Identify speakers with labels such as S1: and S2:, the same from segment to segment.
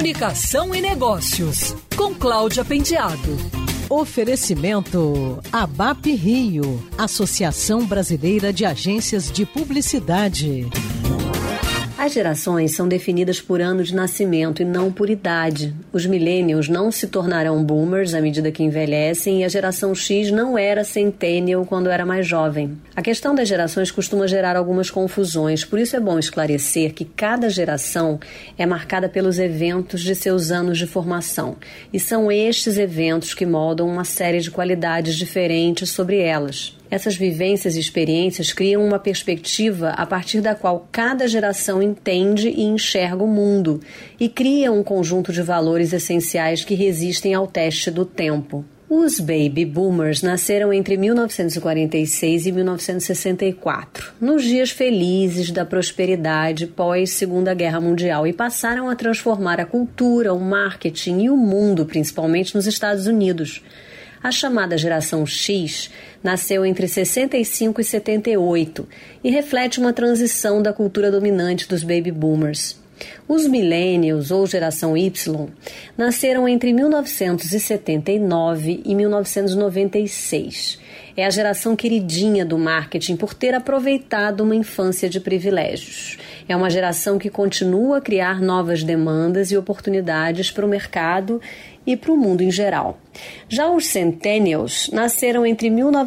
S1: Comunicação e Negócios, com Cláudia Penteado.
S2: Oferecimento ABAP Rio, Associação Brasileira de Agências de Publicidade.
S3: As gerações são definidas por ano de nascimento e não por idade. Os millennials não se tornarão boomers à medida que envelhecem e a geração X não era centennial quando era mais jovem. A questão das gerações costuma gerar algumas confusões, por isso é bom esclarecer que cada geração é marcada pelos eventos de seus anos de formação. E são estes eventos que moldam uma série de qualidades diferentes sobre elas. Essas vivências e experiências criam uma perspectiva a partir da qual cada geração entende e enxerga o mundo e cria um conjunto de valores essenciais que resistem ao teste do tempo. Os Baby Boomers nasceram entre 1946 e 1964, nos dias felizes da prosperidade pós-Segunda Guerra Mundial, e passaram a transformar a cultura, o marketing e o mundo, principalmente nos Estados Unidos. A chamada geração X nasceu entre 65 e 78 e reflete uma transição da cultura dominante dos Baby Boomers. Os Millennials, ou geração Y, nasceram entre 1979 e 1996. É a geração queridinha do marketing por ter aproveitado uma infância de privilégios. É uma geração que continua a criar novas demandas e oportunidades para o mercado e para o mundo em geral. Já os Centennials nasceram entre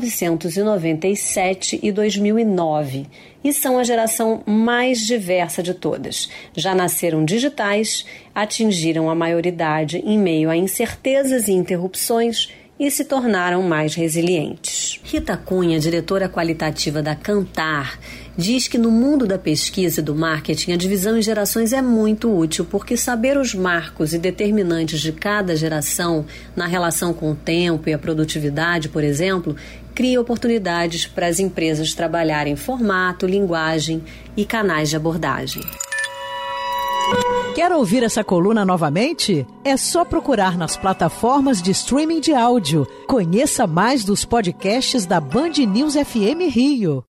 S3: 1997 e 2009 e são a geração mais diversa de todas. Já nasceram digitais, atingiram a maioridade em meio a incertezas e interrupções e se tornaram mais resilientes. Rita Cunha, diretora qualitativa da Kantar, diz que no mundo da pesquisa e do marketing a divisão em gerações é muito útil, porque saber os marcos e determinantes de cada geração na relação com o tempo e a produtividade, por exemplo, cria oportunidades para as empresas trabalharem formato, linguagem e canais de abordagem.
S2: Quer ouvir essa coluna novamente? É só procurar nas plataformas de streaming de áudio. Conheça mais dos podcasts da Band News FM Rio.